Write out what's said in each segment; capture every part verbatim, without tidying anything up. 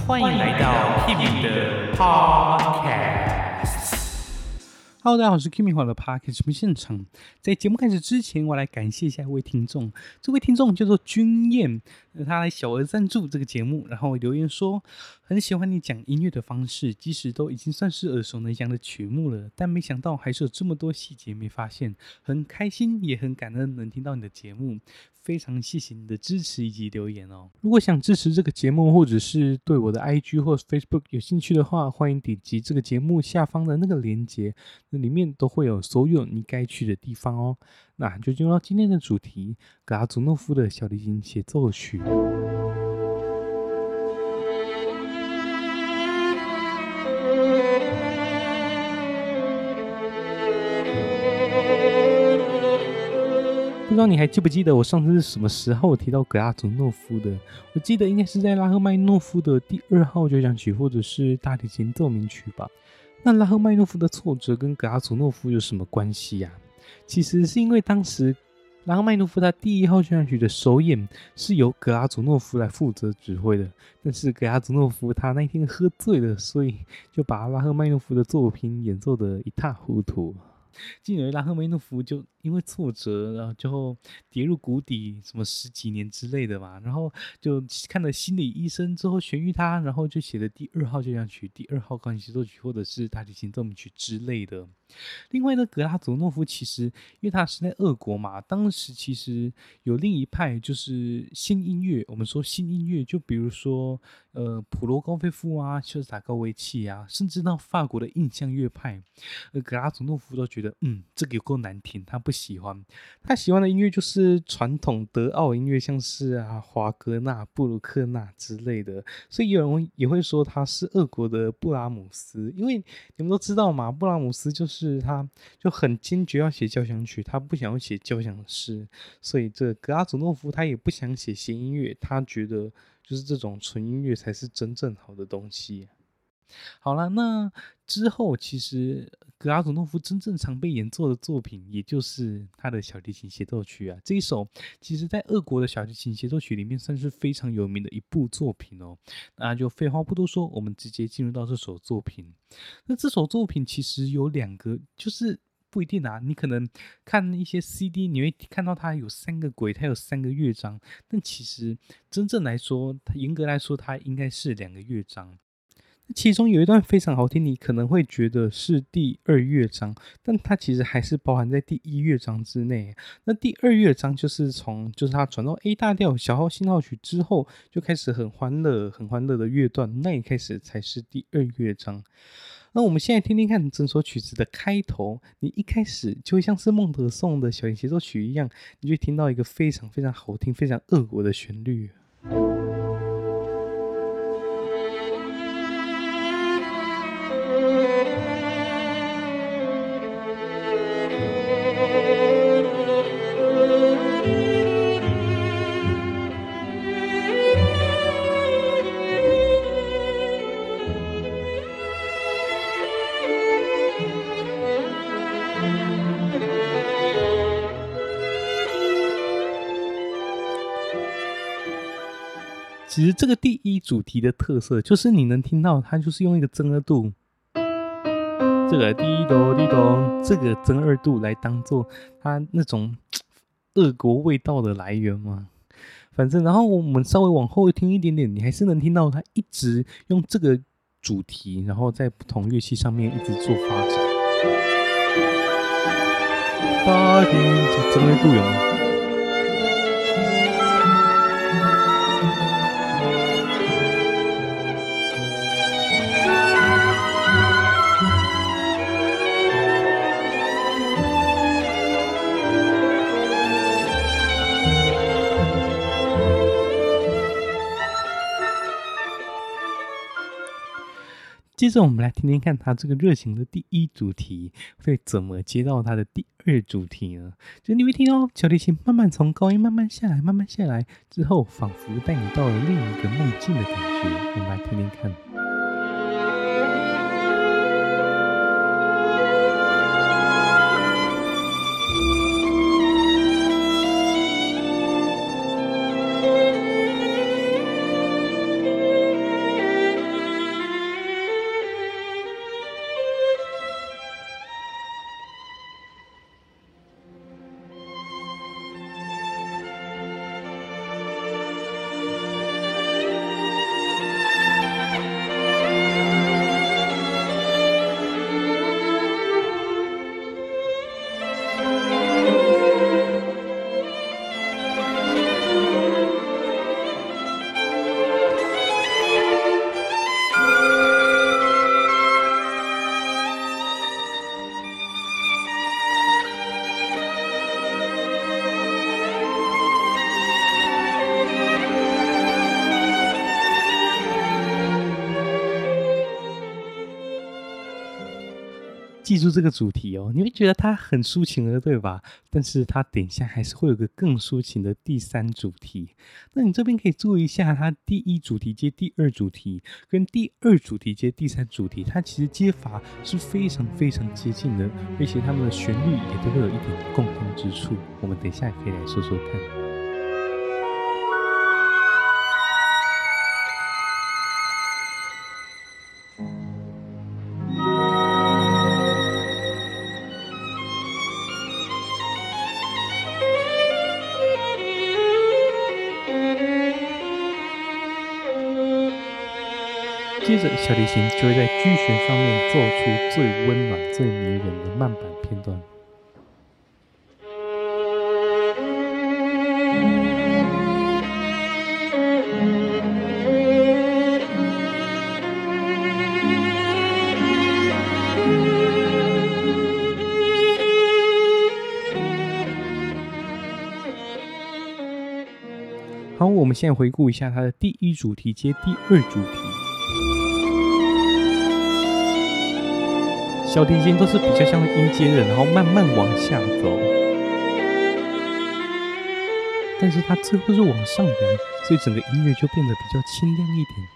欢迎来到 Kimi 的 Podcast。Hello， 大家好，我是 Kimi 华的 Podcast 节目现场。在节目开始之前，我来感谢一下一位听众，这位听众叫做君燕，他来小额赞助这个节目，然后留言说很喜欢你讲音乐的方式，即使都已经算是耳熟能详的曲目了，但没想到还是有这么多细节没发现，很开心也很感恩能听到你的节目。非常谢谢你的支持以及留言哦！如果想支持这个节目，或者是对我的 I G 或 Facebook 有兴趣的话，欢迎点击这个节目下方的那个连结，那里面都会有所有你该去的地方哦。那就进入到今天的主题，格拉祖诺夫的小提琴协奏曲。不知道你还记不记得我上次是什么时候提到格拉祖诺夫的？我记得应该是在拉赫曼诺夫的第二号交响曲或者是大提琴奏鸣曲吧。那拉赫曼诺夫的挫折跟格拉祖诺夫有什么关系呀、啊？其实是因为当时拉赫曼诺夫他第一号交响曲的首演是由格拉祖诺夫来负责指挥的，但是格拉祖诺夫他那天喝醉了，所以就把拉赫曼诺夫的作品演奏得一塌糊涂。进而拉赫曼诺夫就因为挫折，然后就跌入谷底，什么十几年之类的嘛，然后就看了心理医生之后痊愈他，然后就写了第二号交响曲、第二号钢琴协奏曲或者是大提琴奏鸣曲之类的。另外呢，格拉祖诺夫其实因为他是在俄国嘛，当时其实有另一派就是新音乐，我们说新音乐，就比如说呃普罗高菲夫啊、肖斯塔科维契啊，甚至到法国的印象乐派，而格拉祖诺夫都觉得嗯这个有够难听，他不喜欢。他喜欢的音乐就是传统德奥音乐，像是啊华格纳、布鲁克纳之类的，所以有人也会说他是俄国的布拉姆斯，因为你们都知道嘛，布拉姆斯就是是他就很坚决要写交响曲，他不想要写交响诗，所以这格拉祖诺夫他也不想写弦音乐，他觉得就是这种纯音乐才是真正好的东西。好啦，那之后其实格拉祖诺夫真正常被演奏的作品，也就是他的小提琴协奏曲啊。这一首其实在俄国的小提琴协奏曲里面算是非常有名的一部作品哦。那就废话不多说，我们直接进入到这首作品。那这首作品其实有两个，就是不一定啊，你可能看一些 C D 你会看到它有三个轨，它有三个乐章，但其实真正来说，它严格来说它应该是两个乐章。其中有一段非常好听，你可能会觉得是第二乐章，但它其实还是包含在第一乐章之内。那第二乐章就是从就是它转到 A 大调小号信号曲之后，就开始很欢乐很欢乐的乐段，那一开始才是第二乐章。那我们现在听听看整首曲子的开头，你一开始就会像是孟德颂的小提琴协奏曲一样，你就会听到一个非常非常好听、非常俄国的旋律。其实这个第一主题的特色就是你能听到它就是用一个增二度，这个滴哆滴哆，这个增二度来当做它那种俄国味道的来源嘛。反正然后我们稍微往后听一点点，你还是能听到它一直用这个主题，然后在不同乐器上面一直做发展。发现这增二度有吗？接着我们来听听看他这个热情的第一主题会怎么接到他的第二主题呢？就你会听到小提琴慢慢从高音慢慢下来慢慢下来之后，仿佛带你到了另一个梦境的感觉。我们来听听看。 记住这个主题哦，你会觉得它很抒情了，对吧？但是它等一下还是会有个更抒情的第三主题。那你这边可以注意一下，它第一主题接第二主题，跟第二主题接第三主题，它其实接法是非常非常接近的，而且它们的旋律也都会有一点共通之处。我们等一下也可以来说说看。接着，小提琴就会在 G 弦上面奏出最温暖、最迷人的慢板片段。好，我们现在回顾一下它的第一主题接第二主题。小提琴都是比较像音阶的，然后慢慢往下走，但是它最后是往上扬，所以整个音乐就变得比较清亮一点。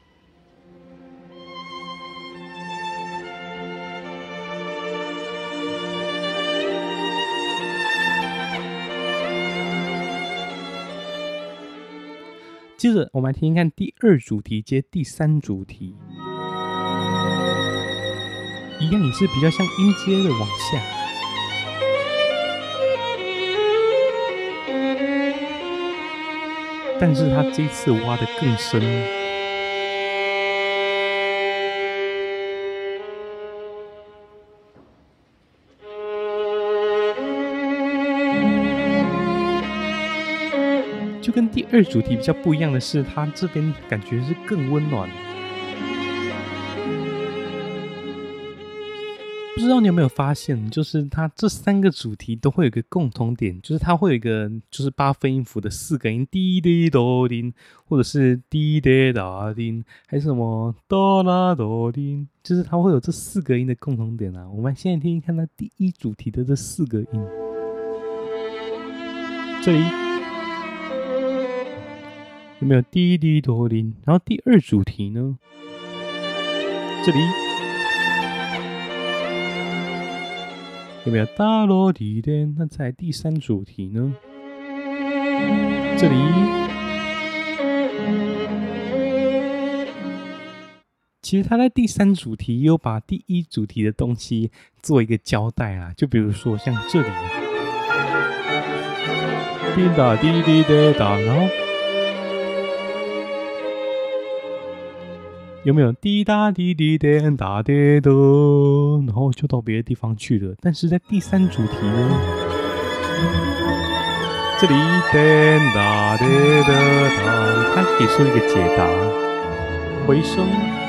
接着，我们来听听看第二主题接第三主题。一样也是比较像音阶的往下，但是它这一次挖得更深，就跟第二主题比较不一样的是，它这边感觉是更温暖。不知道你有没有发现，就是它这三个主题都会有一个共同点，就是它会有一个就是八分音符的四个音，滴滴哆叮，或者是滴滴哒叮，还是什么哆啦哆叮，就是它会有这四个音的共同点啊。我们现在听听看它第一主题的这四个音，这里有没有滴滴哆叮？然后第二主题呢，这里。有没有大落地的？那在第三主题呢？这里，其实他在第三主题也有把第一主题的东西做一个交代啦。就比如说像这里，滴答滴滴答答，然后有没有滴答滴滴答答答的？然后就到别的地方去了。但是在第三主题呢，这里哒哒哒哒哒，它可以说一个解答，回声。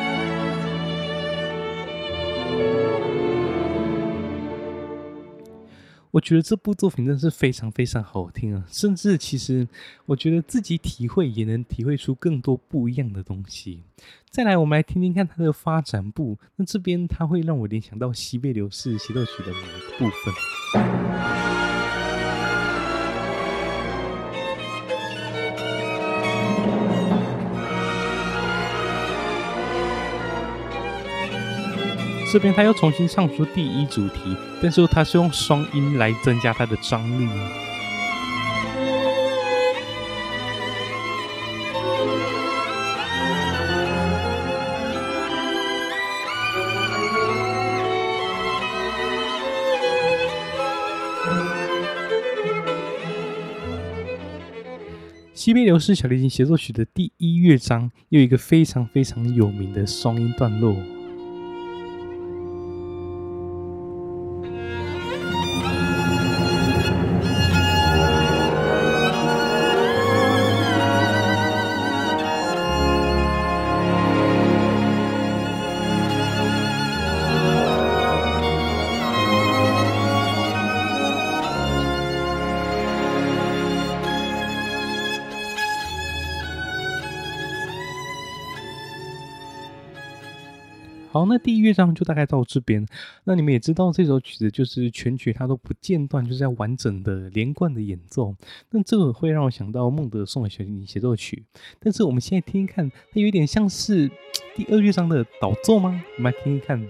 我觉得这部作品真的是非常非常好听啊！甚至其实我觉得自己体会也能体会出更多不一样的东西。再来，我们来听听看它的发展部。那这边它会让我联想到西贝流士协奏曲的某一个部分。这边他又重新唱出第一主题，但是他是用双音来增加它的张力。西贝流士小提琴协奏曲的第一乐章有一个非常非常有名的双音段落。 好，那第一乐章就大概到这边。那你们也知道，这首曲子就是全曲它都不间断，就是要完整的连贯的演奏。那这个会让我想到孟德松的小提琴协奏曲。但是我们现在听听看，它有点像是第二乐章的导奏吗？我们来听听看。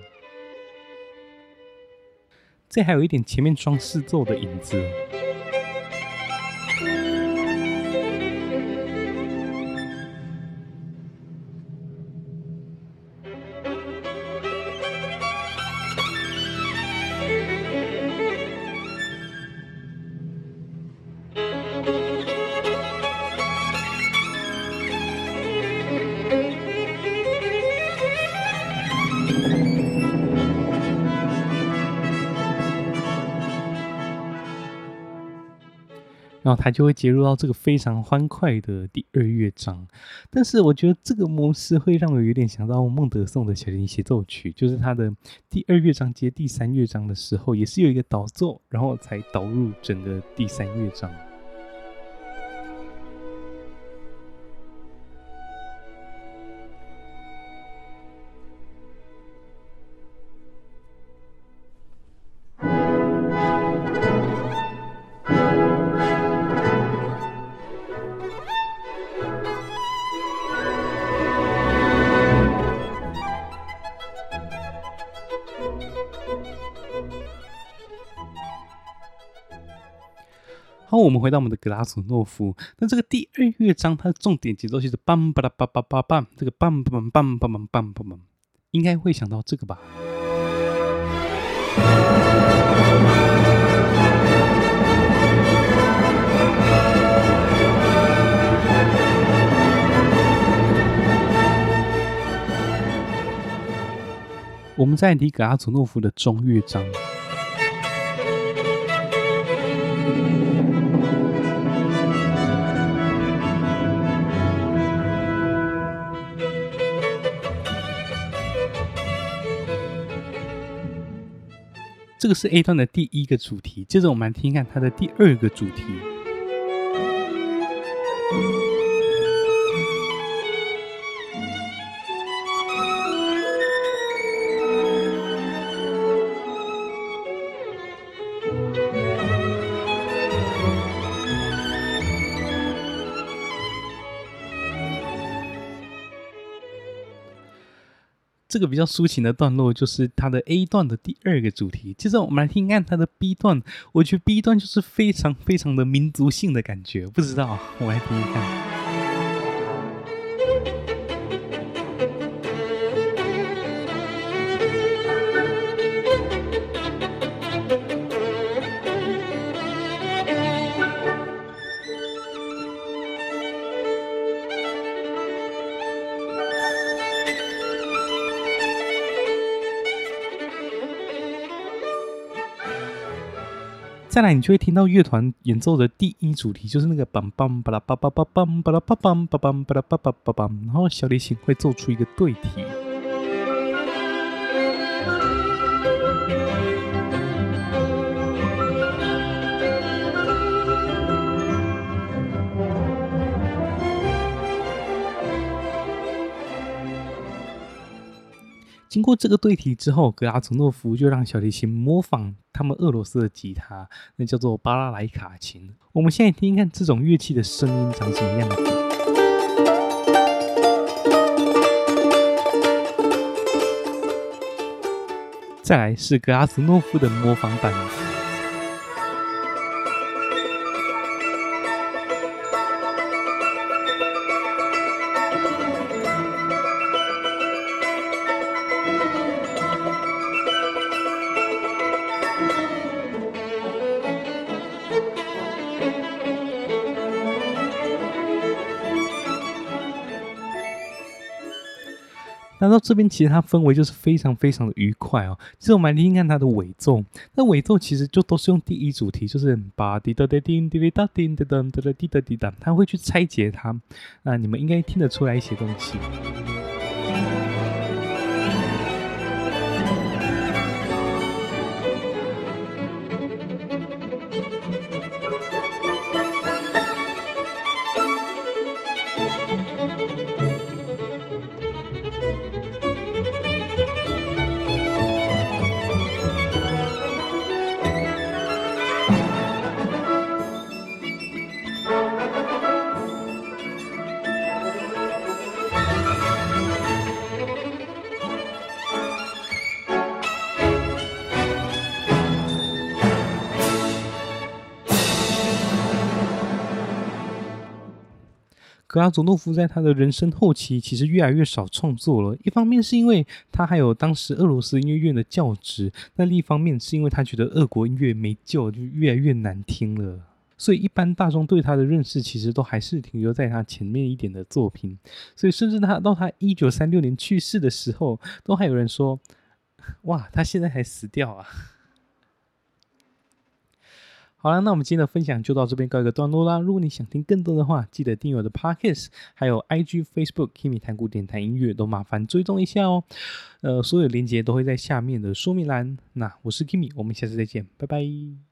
这还有一点前面双饰奏的影子。然后它就会接入到这个非常欢快的第二乐章，但是我觉得这个模式会让我有点想到孟德松的小提琴协奏曲，就是它的第二乐章接第三乐章的时候，也是有一个导奏，然后才导入整个第三乐章。好，我们回到我们的格拉索诺夫。那这个第二乐章，它的重点节奏就是梆巴拉巴巴巴梆，这个梆梆梆梆梆梆梆梆，应该会想到这个吧？我们再提格拉索诺夫的中乐章。这个是 A 段的第一个主题，接着我们来听听看它的第二个主题。这个比较抒情的段落就是它的 A 段的第二个主题，接着我们来听看它的 B 段。我觉得 B 段就是非常非常的民族性的感觉，不知道，我来听听看。再来，你就会听到乐团演奏的第一主题，就是那个梆梆巴拉巴巴巴梆巴拉巴梆巴梆巴拉巴巴巴梆，然后小提琴会奏出一个对题。经过这个对题之后，格拉索诺夫就让小提琴模仿他们俄罗斯的吉他，那叫做巴拉莱卡琴。我们现在听听看这种乐器的声音长什么样子。再来是格拉索诺夫的模仿版。那到这边其实它氛围就是非常非常的愉快哦。其实我们来听听看它的尾奏，那尾奏其实就都是用第一主题，就是吧滴答滴叮滴答叮滴答滴答滴答滴答，它会去拆解它。那你们应该听得出来一些东西。 格拉佐诺夫在他的人生后期其实越来越少创作了，一方面是因为他还有当时俄罗斯音乐院的教职，那另一方面是因为他觉得俄国音乐没救，就越来越难听了，所以一般大众对他的认识其实都还是停留在他前面一点的作品，所以甚至他到他一九三六年去世的时候，都还有人说，哇，他现在还死掉啊。好了，那我们今天的分享就到这边告一个段落啦。如果你想听更多的话，记得订阅我的 Podcast， 还有 I G、Facebook、Kimi 谈古典谈音乐，都麻烦追踪一下哦。呃，所有连结都会在下面的说明栏。那我是 Kimi， 我们下次再见，拜拜。